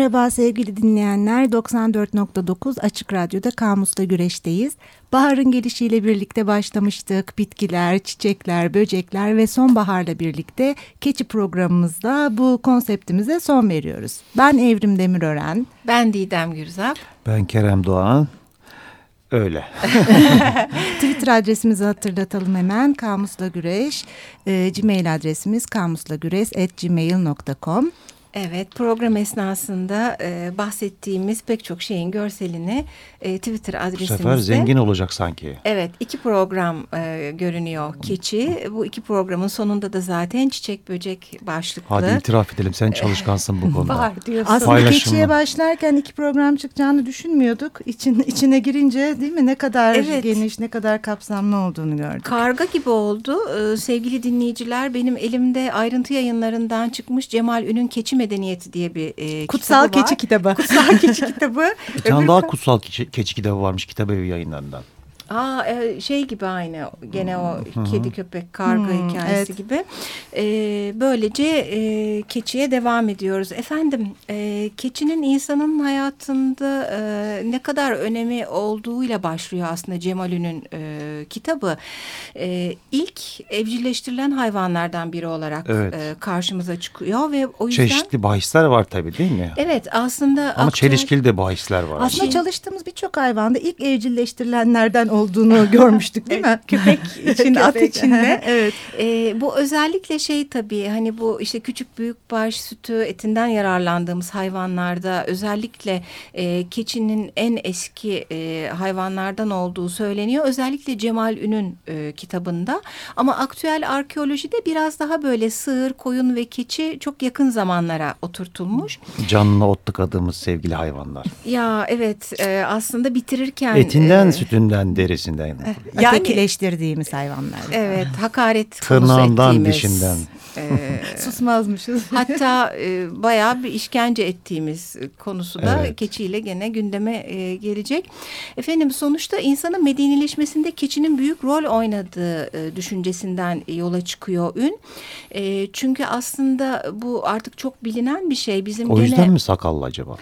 Merhaba sevgili dinleyenler, 94.9 Açık Radyo'da Kamus'la Güreş'teyiz. Baharın gelişiyle birlikte başlamıştık. Bitkiler, çiçekler, böcekler ve sonbaharla birlikte keçi programımızda bu konseptimize son veriyoruz. Ben Evrim Demirören. Ben Didem Gürzap. Ben Kerem Doğan. Öyle. Twitter adresimizi hatırlatalım hemen. Kamus'la Güreş. Gmail adresimiz kamuslagüreş@gmail.com. Evet, program esnasında bahsettiğimiz pek çok şeyin görselini Twitter adresimizde. Bu sefer zengin olacak sanki. Evet, 2 program görünüyor keçi. Bu 2 programın sonunda da zaten çiçek böcek başlıklı. Hadi itiraf edelim, sen çalışkansın bu konuda. Var diyorsun. Aslında keçiye başlarken 2 program çıkacağını düşünmüyorduk. İçine girince değil mi ne kadar geniş, ne kadar kapsamlı olduğunu gördük. Karga gibi oldu. Sevgili dinleyiciler, benim elimde ayrıntı yayınlarından çıkmış Cemal Ün'ün Keçi Medeniyeti diye bir Kutsal kitabı var. Keçi kitabı. Kutsal Keçi kitabı. Bir tane daha kutsal keçi kitabı varmış Kitabevi Yayınları'ndan. Şey gibi aynı gene o kedi köpek karga hikayesi evet. gibi. Böylece keçiye devam ediyoruz. Efendim keçinin insanın hayatında ne kadar önemi olduğuyla başlıyor aslında Cemal Ün'ün kitabı. İlk evcilleştirilen hayvanlardan biri olarak karşımıza çıkıyor ve o yüzden... Çeşitli bahisler var tabii değil mi? Evet aslında... Ama çelişkili de bahisler var. Aslında çalıştığımız birçok hayvanda ilk evcilleştirilenlerden olduğunu görmüştük değil mi? Köpek için, at için de. Evet. Bu özellikle tabii hani bu işte küçük büyükbaş sütü etinden yararlandığımız hayvanlarda özellikle keçinin en eski hayvanlardan olduğu söyleniyor. Özellikle Cemal Ün'ün kitabında. Ama aktüel arkeolojide biraz daha böyle sığır, koyun ve keçi çok yakın zamanlara oturtulmuş. Canlı ot tıkadığımız sevgili hayvanlar. Ya evet aslında bitirirken... Etinden, sütünden, derisinden. Ötekileştirdiğimiz hayvanlar. Evet, hakaret tırnağından, konusu ettiğimiz. dişinden. Susmazmışız. Hatta bayağı bir işkence ettiğimiz konusu da Evet. keçiyle gene gündeme gelecek. Efendim sonuçta insanın medenileşmesinde keçinin büyük rol oynadığı düşüncesinden yola çıkıyor Ün. Çünkü aslında bu artık çok bilinen bir şey. Bizim O yüzden mi sakallı acaba?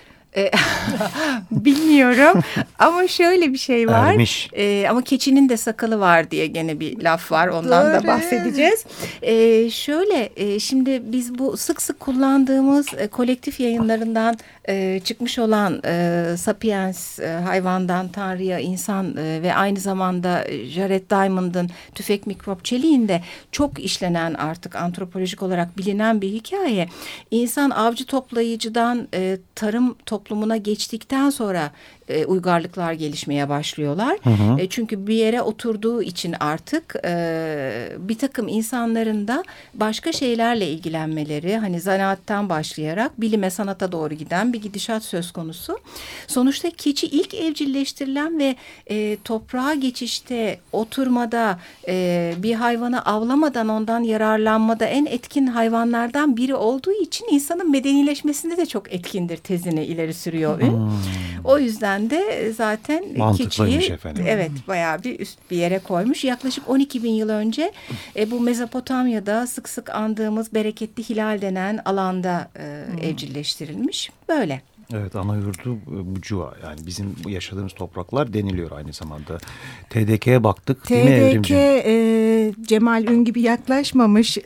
Bilmiyorum ama şöyle bir şey var. Ermiş. Ama keçinin de sakalı var diye gene bir laf var. Ondan da bahsedeceğiz. Şimdi biz bu sık sık kullandığımız kolektif yayınlarından çıkmış olan Sapiens, hayvandan Tanrı'ya insan ve aynı zamanda Jared Diamond'ın Tüfek Mikrop Çeliği'nde çok işlenen artık antropolojik olarak bilinen bir hikaye. İnsan avcı toplayıcıdan tarım toplumuna geçtikten sonra uygarlıklar gelişmeye başlıyorlar. Hı hı. Çünkü bir yere oturduğu için artık bir takım insanların da başka şeylerle ilgilenmeleri, hani zanaattan başlayarak bilime sanata doğru giden bir gidişat söz konusu. Sonuçta keçi ilk evcilleştirilen ve toprağa geçişte, oturmada, bir hayvanı avlamadan ondan yararlanmada en etkin hayvanlardan biri olduğu için insanın medenileşmesinde de çok etkindir tezini ileri sürüyor Ün. O yüzden de zaten keçiyi bayağı bir üst bir yere koymuş. Yaklaşık 12.000 yıl önce bu Mezopotamya'da sık sık andığımız bereketli hilal denen alanda evcilleştirilmiş. Böyle. Evet, ana yurdu Bucuva, yani bizim yaşadığımız topraklar deniliyor aynı zamanda. TDK'ye baktık değil mi Evrimciğim? Cemal Ün gibi yaklaşmamış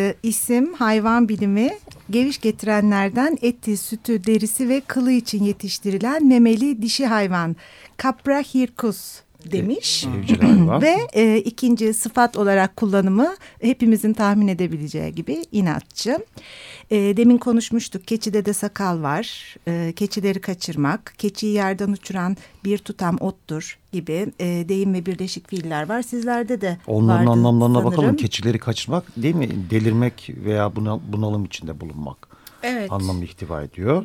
isim hayvan bilimi. Geviş getirenlerden eti, sütü, derisi ve kılı için yetiştirilen memeli dişi hayvan Capra hircus demiş. Ve ikinci sıfat olarak kullanımı hepimizin tahmin edebileceği gibi inatçı. Demin konuşmuştuk, keçide de sakal var, keçileri kaçırmak, keçiyi yerden uçuran bir tutam ottur gibi deyim ve birleşik fiiller var. Sizlerde de onların vardı anlamlarına sanırım. bakalım. Keçileri kaçırmak değil mi? Delirmek veya bunalım içinde bulunmak. Evet. Anlamı ihtiva ediyor.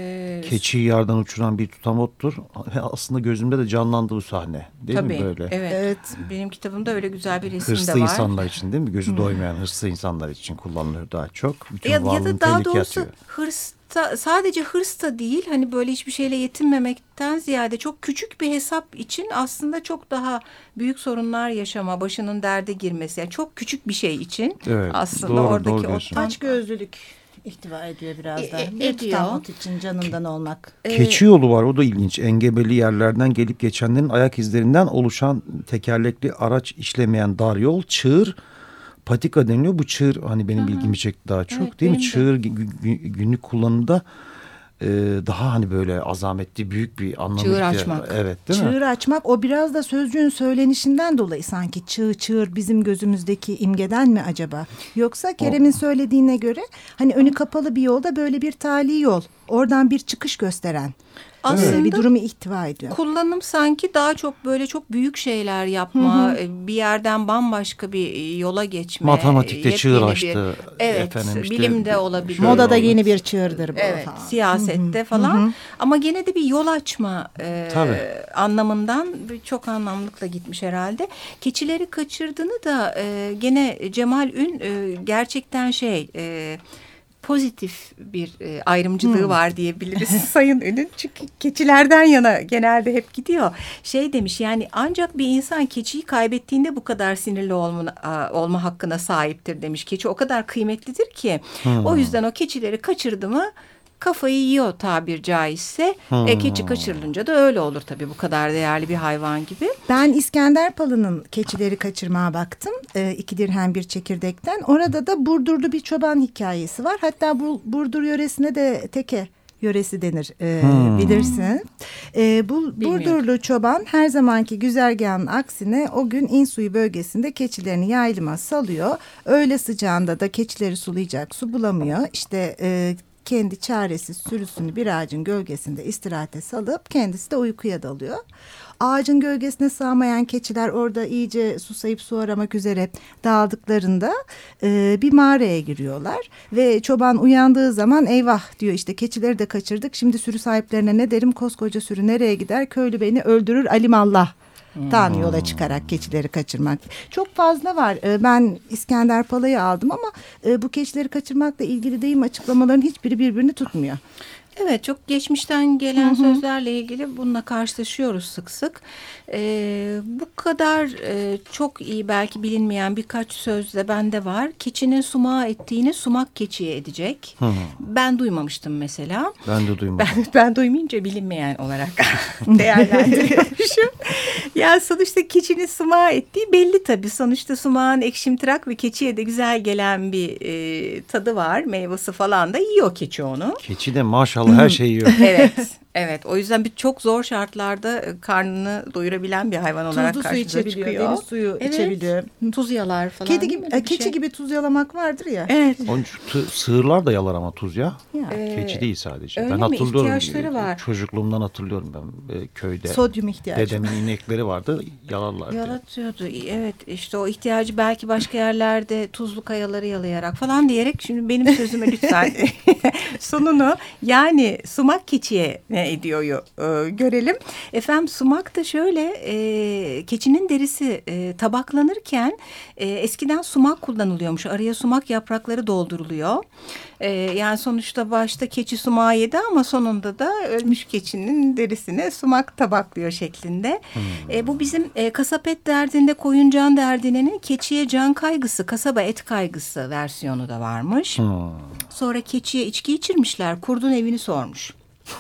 Keçiyi yerden uçuran bir tutam ottur. Aslında gözümde de canlandı bu sahne. Değil mi böyle? Evet. Benim kitabımda öyle güzel bir resim Hırslı de var. insanlar için değil mi? Gözü doymayan hırslı insanlar için kullanılır daha çok. Bütün Ya varlığını da daha tehlikeye doğrusu atıyor. sadece hırs da değil, hani böyle hiçbir şeyle yetinmemekten ziyade çok küçük bir hesap için aslında çok daha büyük sorunlar yaşama, başının derde girmesi. Yani çok küçük bir şey için aslında doğru, oradaki doğru o açgözlülük ihtiva ediyor biraz da. Bir Ediyor. tutam ot için canından olmak. Keçi yolu var, o da ilginç. Engebeli yerlerden gelip geçenlerin ayak izlerinden oluşan tekerlekli araç işlemeyen dar yol, çığır, patika deniliyor. Bu çığır hani benim ilgimi çekti daha çok, Evet, değil mi? benim de. Çığır günlük kullanımda daha hani böyle azametli, büyük bir anlamı. Çığır açmak. Evet, değil mi? Çığır açmak, o biraz da sözcüğün söylenişinden dolayı sanki çığır bizim gözümüzdeki imgeden mi acaba? Yoksa Kerem'in söylediğine göre hani önü kapalı bir yolda böyle bir tali yol, oradan bir çıkış gösteren Aslında bir durumu ihtiva ediyor. kullanım sanki daha çok böyle çok büyük şeyler yapma, bir yerden bambaşka bir yola geçme. Matematikte çığır yepyeni açtı. Evet, Efendim işte bilimde olabilir. şöyle Modada oldu. yeni bir çığırdır bu Evet, falan. siyasette falan. Ama gene de bir yol açma Tabii. anlamından çok anlamlıkla gitmiş herhalde. Keçileri kaçırdığını da gene Cemal Ün gerçekten pozitif bir ayrımcılığı var diyebiliriz Sayın Ün'ün. Çünkü keçilerden yana genelde hep gidiyor. Demiş, yani ancak bir insan keçiyi kaybettiğinde bu kadar sinirli olma hakkına sahiptir demiş. Keçi o kadar kıymetlidir ki o yüzden o keçileri kaçırdı mı kafayı yiyor tabir caizse. Keçi kaçırılınca da öyle olur tabii, bu kadar değerli bir hayvan gibi. Ben İskenderpalı'nın keçileri kaçırmaya baktım. 2 dirhem bir çekirdekten. Orada da Burdurlu bir çoban hikayesi var. Hatta bu Burdur yöresine de teke yöresi denir, bilirsin. Burdurlu çoban her zamanki güzergahın aksine o gün İnsuyu bölgesinde keçilerini yaylıma salıyor. Öğle sıcağında da keçileri sulayacak su bulamıyor. İşte kendi çaresiz sürüsünü bir ağacın gölgesinde istirahate salıp kendisi de uykuya dalıyor. Ağacın gölgesine sığamayan keçiler orada iyice susayıp su aramak üzere dağıldıklarında bir mağaraya giriyorlar. Ve çoban uyandığı zaman eyvah diyor, işte keçileri de kaçırdık. Şimdi sürü sahiplerine ne derim, koskoca sürü nereye gider, köylü beni öldürür alimallah. Yola çıkarak keçileri kaçırmak. Çok fazla var. Ben İskenderpalı'yı aldım ama bu keçileri kaçırmakla ilgili deyim açıklamaların hiçbiri birbirini tutmuyor. Evet, çok geçmişten gelen sözlerle ilgili bununla karşılaşıyoruz sık sık. Bu kadar çok iyi belki bilinmeyen birkaç söz de bende var. Keçinin sumağa ettiğini sumak keçiye edecek. Ben duymamıştım mesela. Ben de duymadım. Ben duymayınca bilinmeyen olarak değerlendiriyormuşum. Ya sonuçta keçinin sumağa ettiği belli tabii. Sonuçta sumağın ekşimtırak ve keçiye de güzel gelen bir tadı var. Meyvesi falan da yiyor keçi onu. Keçi de maşallah her şeyi yiyor. Evet. Evet, o yüzden çok zor şartlarda karnını doyurabilen bir hayvan olarak Tuzlu su karşımıza içebiliyor, çıkıyor. deniz suyu içebiliyor. Tuz yalar falan. Kedi değil gibi, mi? Öyle bir keçi şey. gibi tuz yalamak vardır ya. Evet. Onun sığırlar da yalar ama tuz ya. Ya. Keçi değil sadece. öyle Ben mi? hatırlıyorum. İhtiyaçları var. Çocukluğumdan hatırlıyorum ben köyde. Sodyum ihtiyacı. Dedemin inekleri vardı, yalarlardı. Yalatıyordu. Evet, işte o ihtiyacı belki başka yerlerde tuzlu kayaları yalayarak falan diyerek, şimdi benim sözüme lütfen sonunu, yani sumak keçiye ne ediyor görelim. Efendim, sumak da şöyle, keçinin derisi tabaklanırken eskiden sumak kullanılıyormuş. Araya sumak yaprakları dolduruluyor. Yani sonuçta başta keçi sumağı yedi ama sonunda da ölmüş keçinin derisine sumak tabaklıyor şeklinde. Bu bizim kasap et derdinde koyun can derdinenin keçiye can kaygısı, kasaba et kaygısı versiyonu da varmış. Sonra keçiye içki içirmişler, kurdun evini sormuş.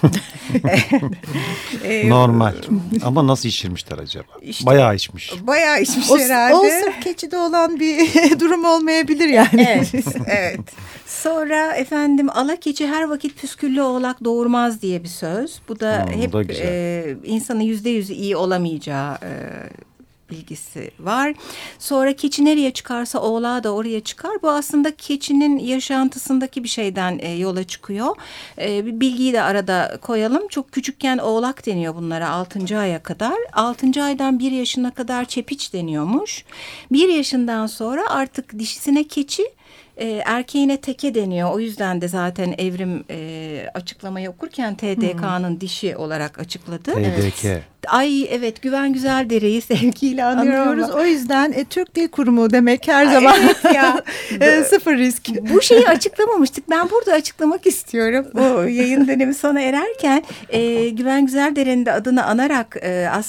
Normal. Ama nasıl içirmişler acaba? İşte, bayağı içmiş. Bayağı içmiş O herhalde. sırf keçide olan bir durum olmayabilir yani. Evet, evet. Sonra efendim, ala keçi her vakit püsküllü oğlak doğurmaz diye bir söz. Bu da hep da güzel. insanın %100 iyi olamayacağı bilgisi var. Sonra keçi nereye çıkarsa oğlağı da oraya çıkar. Bu aslında keçinin yaşantısındaki bir şeyden yola çıkıyor. Bir bilgiyi de arada koyalım. Çok küçükken oğlak deniyor bunlara 6. aya kadar. 6. aydan 1 yaşına kadar çepiç deniyormuş. 1 yaşından sonra artık dişisine keçi, erkeğine teke deniyor. O yüzden de zaten evrim açıklamayı okurken TDK'nın dişi olarak açıkladı. TDK. Ay evet, Güven Güzeldere'yi sevgiyle Anlıyoruz. anıyoruz. O yüzden Türk Dil Kurumu demek her zaman Evet ya. sıfır risk. Bu şeyi açıklamamıştık. Ben burada açıklamak istiyorum. Bu yayın dönemi sona ererken Güven Güzeldere'nin de adını anarak aslında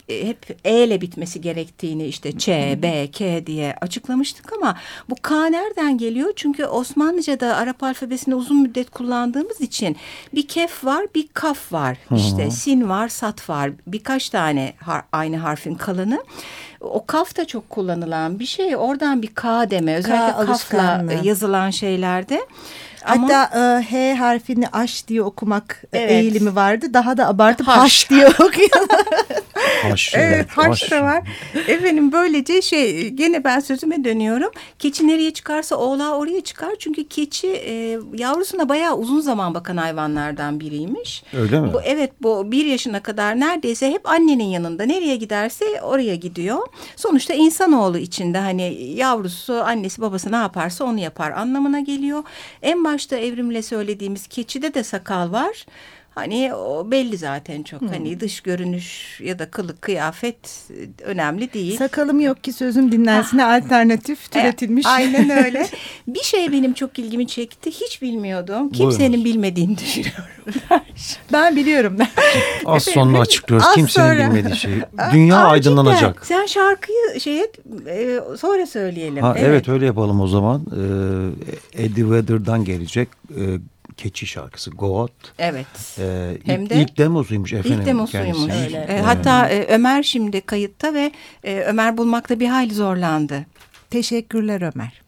hep E ile bitmesi gerektiğini işte Ç, B, K diye açıklamıştık ama bu K nereden geliyor? Çünkü Osmanlıca'da Arap alfabesini uzun müddet kullandığımız için bir kef var, bir kaf var. İşte sin var, sat var. Birkaç tane aynı harfin kalanı. O kaf da çok kullanılan bir şey. Oradan bir K deme. Özellikle kafla yazılan şeylerde. Hatta H harfini aş diye okumak Evet. eğilimi vardı. Daha da abartıp haş diye okuyorlar. Haş, Evet, haş da var. Efendim böylece gene ben sözüme dönüyorum. Keçi nereye çıkarsa oğlağı oraya çıkar. Çünkü keçi yavrusuna bayağı uzun zaman bakan hayvanlardan biriymiş. Öyle mi? Bu 1 yaşına kadar neredeyse hep annenin yanında. Nereye giderse oraya gidiyor. Sonuçta insanoğlu içinde hani yavrusu annesi babası ne yaparsa onu yapar anlamına geliyor. En başta Evrim'le söylediğimiz keçide de sakal var. Hani o belli zaten çok. Hani dış görünüş ya da kılık kıyafet önemli değil. Sakalım yok ki sözüm dinlensin alternatif türetilmiş. Aynen öyle. Bir şey benim çok ilgimi çekti. Hiç bilmiyordum. Kimsenin bilmediğini düşünüyorum. Ben biliyorum. Az sonra açıklıyoruz. Az Kimsenin sonra. bilmediği şeyi. Dünya aydınlanacak. Cidden. Sen şarkıyı sonra söyleyelim. Evet öyle yapalım o zaman. Eddie Vedder'dan gelecek keçi şarkısı Goat. Evet. Hem de ilk demosuymuş efendim. İlk demosuymuş. Öyle. Hatta Ömer şimdi kayıtta ve Ömer bulmakta bir hayli zorlandı. Teşekkürler Ömer.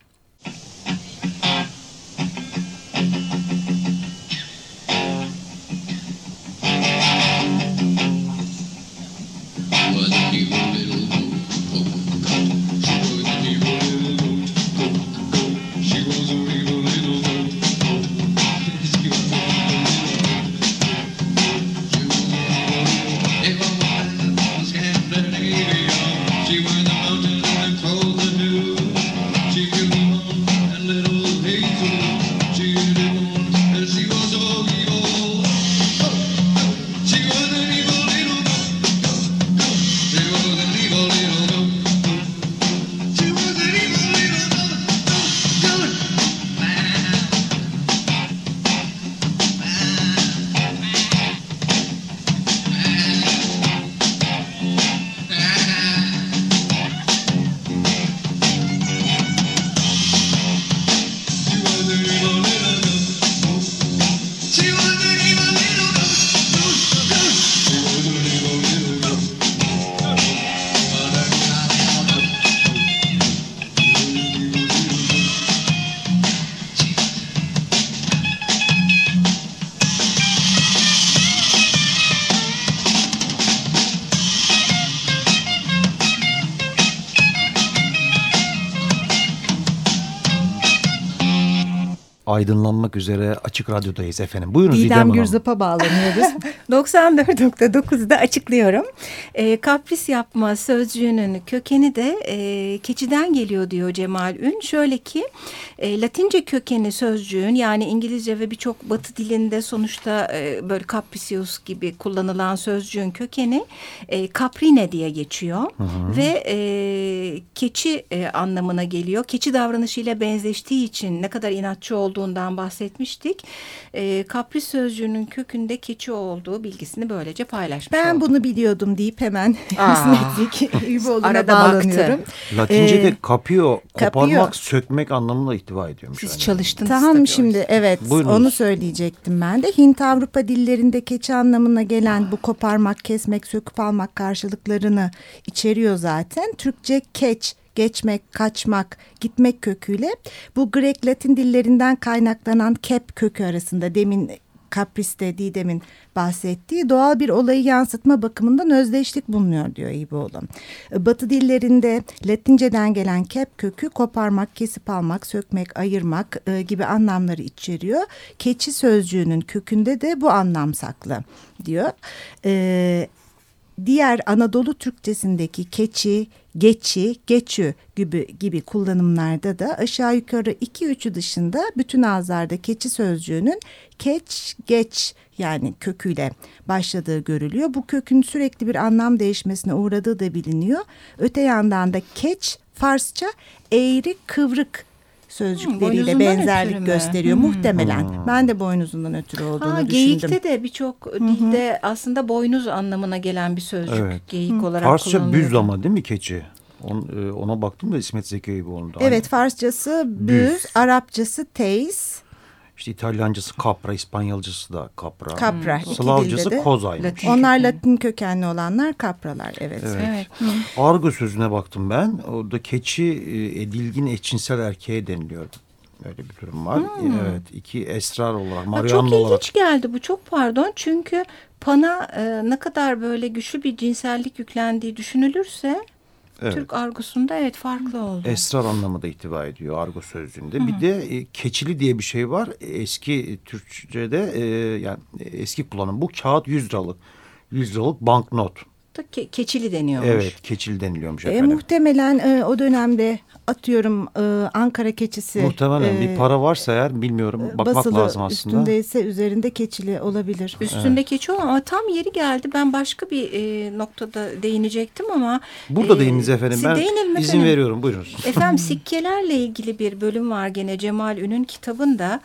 Aydınlanmak üzere Açık Radyo'dayız efendim. Buyurun Didem Didem Hanım. Gürzap'a bağlanıyoruz. 94.9'da açıklıyorum. Kapris yapma sözcüğünün kökeni de keçiden geliyor diyor Cemal Ün. Şöyle ki Latince kökeni sözcüğün yani İngilizce ve birçok Batı dilinde sonuçta böyle capricious gibi kullanılan sözcüğün kökeni caprine diye geçiyor. Ve keçi anlamına geliyor. Keçi davranışıyla benzeştiği için ne kadar inatçı olduğundan bahsetmiştik. Kapris sözcüğünün kökünde keçi olduğu bilgisini böylece paylaşmış Ben oldum. bunu biliyordum deyip hemen hizmetlik Üboğlu'na Arada bağlanıyorum. Latince'de kapıyor, kapıyor. koparmak, sökmek anlamına ihtiva ediyormuş. Siz yani. çalıştınız Tamam tabii şimdi evet Buyurunuz. onu söyleyecektim ben de. Hint-Avrupa dillerinde keçi anlamına gelen bu koparmak, kesmek, söküp almak karşılıklarını içeriyor zaten. Türkçe keç, geçmek, kaçmak, gitmek köküyle bu Grek-Latin dillerinden kaynaklanan kep kökü arasında demin Kapris'te Didem'in bahsettiği doğal bir olayı yansıtma bakımından özdeşlik bulunuyor diyor İboğlu. Batı dillerinde Latinceden gelen kep kökü koparmak, kesip almak, sökmek, ayırmak gibi anlamları içeriyor. Keçi sözcüğünün kökünde de bu anlam saklı diyor. Diğer Anadolu Türkçesindeki keçi, geçi, geçü gibi kullanımlarda da aşağı yukarı 2-3'ü dışında bütün ağızlarda keçi sözcüğünün keç, geç yani köküyle başladığı görülüyor. Bu kökün sürekli bir anlam değişmesine uğradığı da biliniyor. Öte yandan da keç Farsça eğri kıvrık sözcükleriyle boynuzundan benzerlik ötürü mü? gösteriyor muhtemelen. Ben de boynuzundan ötürü olduğunu düşündüm. Geyikte de birçok dilde aslında boynuz anlamına gelen bir sözcük. Evet. Geyik olarak Farsça kullanılıyor. büz ama değil mi keçi? Ona baktım da İsmet Zeki bu onda. Evet, Farsçası büz, Arapçası teyz, İşte İtalyancası capra, İspanyolcası da capra. capra. İki Slavcası dilde de. kozaymış. Latin. Onlar Latin kökenli olanlar kapralar. Evet. Evet. Argo sözüne baktım ben. Orada keçi edilgin eşcinsel erkeğe deniliyor. Öyle bir durum var. Evet. İki esrar olarak, Çok Marianna olarak. ilginç geldi bu. Çok pardon. Çünkü Pan'a ne kadar böyle güçlü bir cinsellik yüklendiği düşünülürse Evet. Türk argosunda farklı oldu. Esrar anlamı da ihtiva ediyor argo sözcüğünde. Bir de keçili diye bir şey var. Eski Türkçe'de yani eski kullanım. Bu kağıt 100 liralık. 100 liralık banknot. Da keçili deniyormuş. Evet, keçili deniliyormuş efendim. Muhtemelen o dönemde atıyorum Ankara keçisi. Muhtemelen bir para varsa eğer bilmiyorum. Bakmak basılı lazım aslında. üstündeyse üzerinde keçili olabilir. Üstünde keçi olan ama tam yeri geldi. Ben başka bir noktada değinecektim ama. Burada değininiz efendim. Ben değinelim izin efendim. veriyorum. Buyurunuz. Efendim sikkelerle ilgili bir bölüm var gene Cemal Ün'ün kitabında.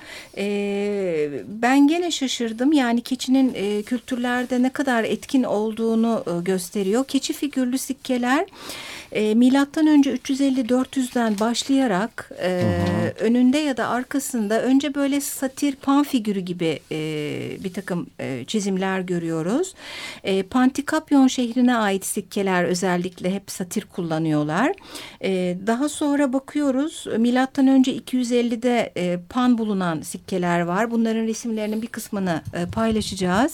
Ben gene şaşırdım. Yani keçinin kültürlerde ne kadar etkin olduğunu gösteriyor. Keçi figürlü sikkeler milattan önce 350-400'den başlayarak önünde ya da arkasında önce böyle satir pan figürü gibi bir takım çizimler görüyoruz. Pantikapyon şehrine ait sikkeler özellikle hep satir kullanıyorlar. Daha sonra bakıyoruz milattan önce 250'de pan bulunan sikkeler var. Bunların resimlerinin bir kısmını paylaşacağız.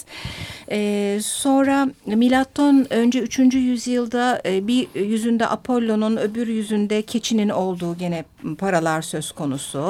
Sonra milattan önce 3. yüzyılda bir yüzünde Apollo'nun öbür yüzünde keçinin olduğu gene paralar söz konusu.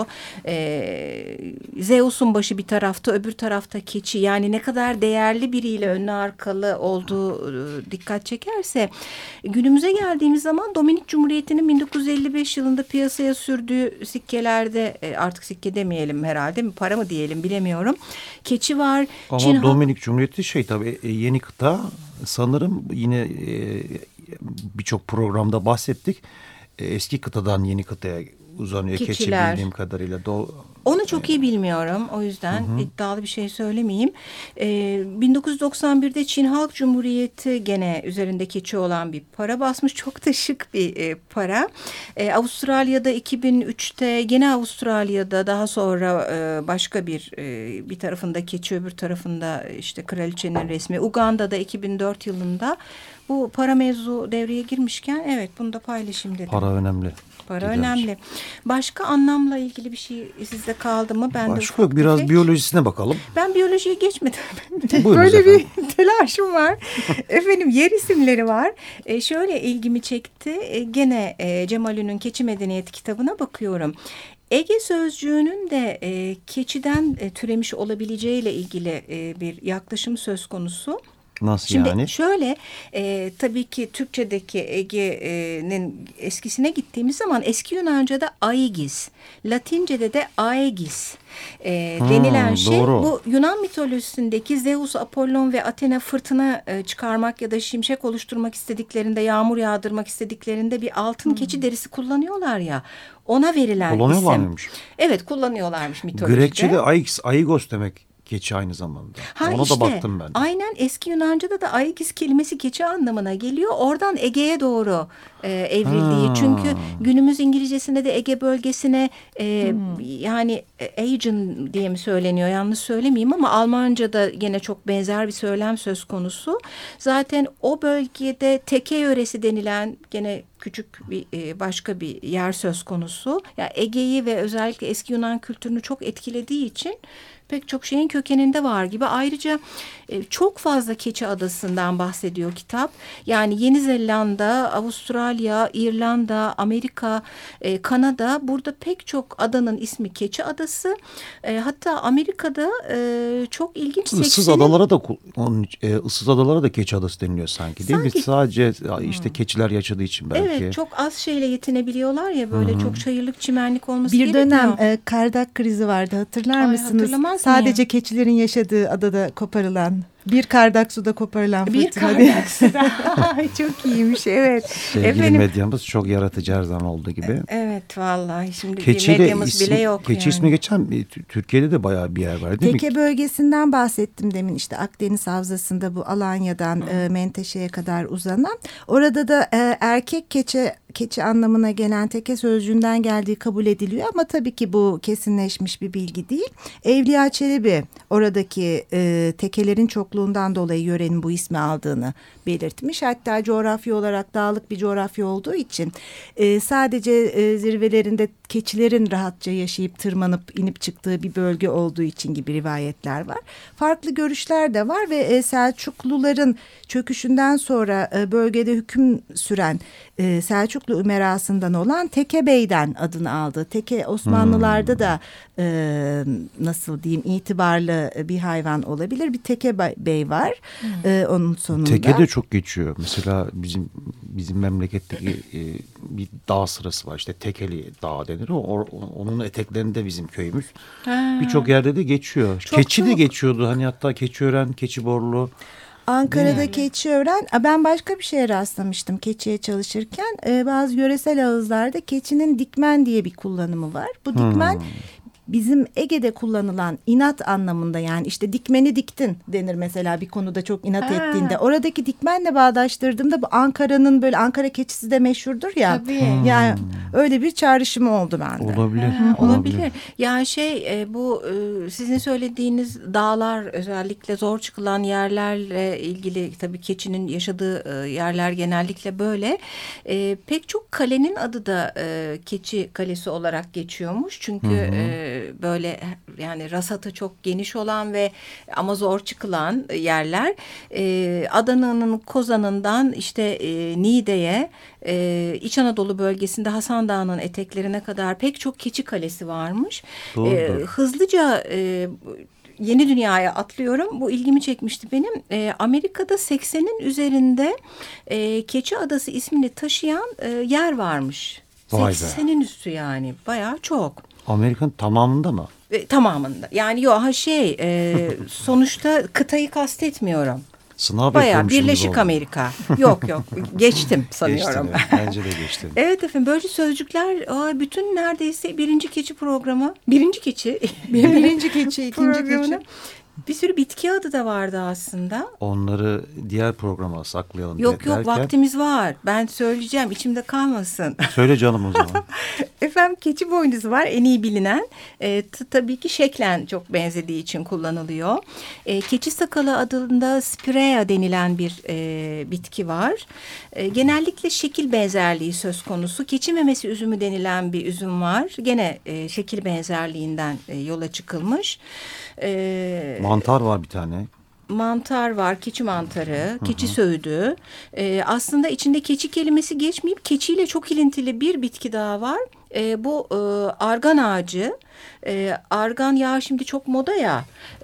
Zeus'un başı bir tarafta öbür tarafta keçi. Yani ne kadar değerli biriyle önlü arkalı olduğu dikkat çekerse günümüze geldiğimiz zaman Dominik Cumhuriyeti'nin 1955 yılında piyasaya sürdüğü sikkelerde artık sikke demeyelim herhalde mi para mı diyelim bilemiyorum. Keçi var. Ama Dominik Cumhuriyeti tabii yeni kıta sanırım yine birçok programda bahsettik. Eski kıtadan yeni kıtaya uzanıyor keçi bildiğim kadarıyla. Onu çok iyi bilmiyorum. O yüzden iddialı bir şey söylemeyeyim. 1991'de Çin Halk Cumhuriyeti gene üzerinde keçi olan bir para basmış. Çok da şık bir para. Avustralya'da 2003'te gene Avustralya'da daha sonra başka bir tarafında keçi öbür tarafında işte kraliçenin resmi. Uganda'da 2004 yılında bu para mevzu devreye girmişken evet bunu da paylaşayım dedim. Para önemli. Para önemli. Başka anlamla ilgili bir şey sizde kaldı mı? Başka yok. Biraz biyolojisine bakalım. Ben biyolojiye geçmedim. Böyle bir telaşım var. Efendim yer isimleri var. Şöyle ilgimi çekti. Gene Cemal Ün'ün Keçi Medeniyeti kitabına bakıyorum. Ege sözcüğünün de keçiden türemiş olabileceğiyle ilgili bir yaklaşım söz konusu. Nasıl Şimdi yani? şöyle tabii ki Türkçedeki Ege'nin eskisine gittiğimiz zaman eski Yunanca'da aegis, Latince'de de aegis denilen şey doğru. bu Yunan mitolojisindeki Zeus, Apollon ve Athena fırtına çıkarmak ya da şimşek oluşturmak istediklerinde, yağmur yağdırmak istediklerinde bir altın keçi derisi kullanıyorlar ya. Ona verilen Kullanıyorlar isim. mıymış? Evet kullanıyorlarmış mitolojide. Grekçe'de aigos demek. Keçi aynı zamanda. Ona da baktım ben. Aynen eski Yunanca'da da aegis kelimesi keçi anlamına geliyor. Oradan Ege'ye doğru evrildiği. Çünkü günümüz İngilizcesinde de Ege bölgesine yani Aegean diye mi söyleniyor yanlış söylemeyeyim ama Almanca'da gene çok benzer bir söylem söz konusu. Zaten o bölgede Teke yöresi denilen gene küçük bir başka bir yer söz konusu. Yani Ege'yi ve özellikle eski Yunan kültürünü çok etkilediği için pek çok şeyin kökeninde var gibi. Ayrıca çok fazla keçi adasından bahsediyor kitap. Yani Yeni Zelanda, Avustralya, İrlanda, Amerika, Kanada burada pek çok adanın ismi Keçi Adası. Hatta Amerika'da çok ilginç Issız adalara da Keçi Adası deniliyor sanki değil mi? Sadece işte keçiler yaşadığı için belki. Evet çok az şeyle yetinebiliyorlar ya böyle çok çayırlık çimenlik olması Bir gerekiyor. dönem Kardak krizi vardı hatırlar mısınız? Hatırlamaz Sadece mıyım? keçilerin yaşadığı adada koparılan Bir kardak suda koparılan fırtına. Bir kardak suda. Çok iyiymiş, evet. Sevgili medyamız çok yaratıcı her zaman olduğu gibi. Evet vallahi şimdi Keçiyle bir medyamız bile yok. Keçi ismi geçen Türkiye'de de bayağı bir yer var değil mi? Teke bölgesinden bahsettim demin, işte Akdeniz Havzası'nda, bu Alanya'dan Menteşe'ye kadar uzanan. Orada da erkek keçi anlamına gelen teke sözcüğünden geldiği kabul ediliyor ama tabii ki bu kesinleşmiş bir bilgi değil. Evliya Çelebi oradaki tekelerin çokluğundan dolayı yörenin bu ismi aldığını belirtmiş. Hatta coğrafya olarak dağlık bir coğrafya olduğu için sadece zirvelerinde keçilerin rahatça yaşayıp tırmanıp inip çıktığı bir bölge olduğu için gibi rivayetler var. Farklı görüşler de var ve Selçukluların çöküşünden sonra bölgede hüküm süren Selçuklu Ümerası'ndan olan Teke Bey'den adını aldı. Teke Osmanlılarda da nasıl diyeyim, itibarlı bir hayvan olabilir. Bir Teke Bey var onun sonunda. Teke de çok geçiyor. Mesela bizim memleketteki bir dağ sırası var. İşte Tekeli Dağ denir. Onun eteklerinde bizim köyümüz. Birçok yerde de geçiyor. Keçi de geçiyordu. Hani hatta Keçiören, Keçiborlu. Ankara'da Keçiören, ben başka bir şeye rastlamıştım keçiye çalışırken. Bazı yöresel ağızlarda keçinin dikmen diye bir kullanımı var. Bu dikmen bizim Ege'de kullanılan inat anlamında, yani işte dikmeni diktin denir mesela bir konuda çok inat ettiğinde. Oradaki dikmenle bağdaştırdığımda bu Ankara'nın böyle Ankara keçisi de meşhurdur ya. Tabii. Yani öyle bir çağrışımı oldu bende. Olabilir. Olabilir. Yani bu sizin söylediğiniz dağlar, özellikle zor çıkılan yerlerle ilgili, tabii keçinin yaşadığı yerler genellikle böyle. Pek çok kalenin adı da Keçi Kalesi olarak geçiyormuş. Çünkü böyle yani rasatı çok geniş olan ve ama zor çıkılan yerler. Adana'nın Kozan'ından işte Niğde'ye, İç Anadolu bölgesinde Hasan Dağı'nın eteklerine kadar pek çok keçi kalesi varmış. Hızlıca Yeni Dünya'ya atlıyorum. Bu ilgimi çekmişti benim. Amerika'da 80'in üzerinde Keçi Adası ismini taşıyan yer varmış. 80'in üstü, yani bayağı çok. Amerika'nın tamamında mı? Tamamında. Yani sonuçta kıtayı kastetmiyorum. Sınav bayağı Birleşik Amerika. Yok geçtim sanıyorum. Geçtim, bence de geçtim. Evet efendim, böyle sözcükler bütün neredeyse birinci keçi programı. Birinci keçi, ikinci keçi. Bir sürü bitki adı da vardı aslında. Onları diğer programa saklayalım. Yok vaktimiz var. Ben söyleyeceğim, içimde kalmasın. Söyle canım o zaman. Efendim, keçi boynuzu var en iyi bilinen. Tabii ki şeklen çok benzediği için kullanılıyor. Keçi sakalı adında spirea denilen bir bitki var. Genellikle şekil benzerliği söz konusu. Keçi memesi üzümü denilen bir üzüm var. Gene şekil benzerliğinden yola çıkılmış. Mantar var bir tane. Mantar var, keçi mantarı, keçi söğüdü. Aslında içinde keçi kelimesi geçmeyip keçiyle çok ilintili bir bitki daha var. Bu argan ağacı. Argan yağı şimdi çok moda ya.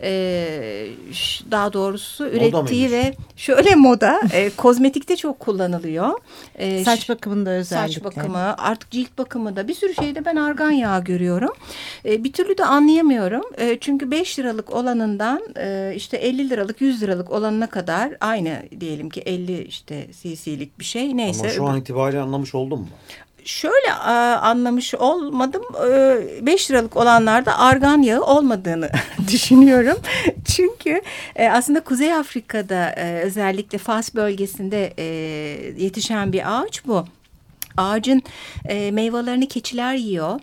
Daha doğrusu ürettiği ve şöyle moda kozmetikte çok kullanılıyor. Saç bakımında özellikle. Saç bakımı, artık cilt bakımı da bir sürü şeyde ben argan yağı görüyorum. Bir türlü de anlayamıyorum. Çünkü 5 liralık olanından işte 50 liralık 100 liralık olanına kadar aynı, diyelim ki 50 işte cc'lik bir şey, neyse. Ama şu an itibariyle anlamış oldun mu? Şöyle anlamış olmadım. 5 liralık olanlarda argan yağı olmadığını düşünüyorum. Çünkü aslında Kuzey Afrika'da özellikle Fas bölgesinde yetişen bir ağaç bu. Ağacın meyvelerini keçiler yiyor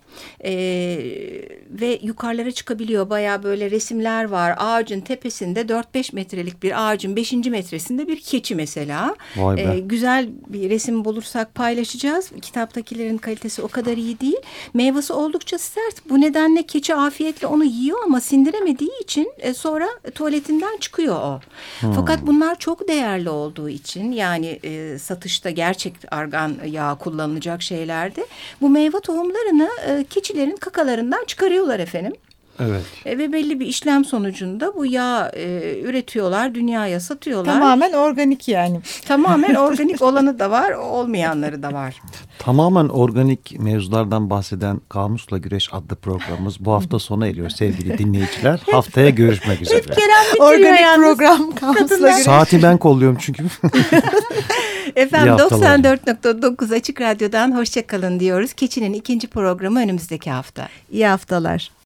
ve yukarılara çıkabiliyor. Bayağı böyle resimler var. Ağacın tepesinde 4-5 metrelik bir ağacın 5. metresinde bir keçi mesela. Güzel bir resim bulursak paylaşacağız. Kitaptakilerin kalitesi o kadar iyi değil. Meyvesi oldukça sert. Bu nedenle keçi afiyetle onu yiyor ama sindiremediği için sonra tuvaletinden çıkıyor o. Fakat bunlar çok değerli olduğu için, yani satışta gerçek argan yağı kullanılacak şeylerdi. Bu meyve tohumlarını keçilerin kakalarından çıkarıyorlar efendim. Evet. Ve belli bir işlem sonucunda bu yağ üretiyorlar, dünyaya satıyorlar. Tamamen organik yani. Tamamen organik olanı da var, olmayanları da var. Tamamen organik mevzulardan bahseden Kamusla Güreş adlı programımız bu hafta sona eriyor sevgili dinleyiciler. Haftaya görüşmek üzere. Kerem bitiriyor Organik yalnız. program Kamusla Güreş. Saati ben kolluyorum çünkü. Efendim İyi haftalar. 94.9 Açık Radyo'dan hoşça kalın diyoruz. Keçi'nin 2. programı önümüzdeki hafta. İyi haftalar.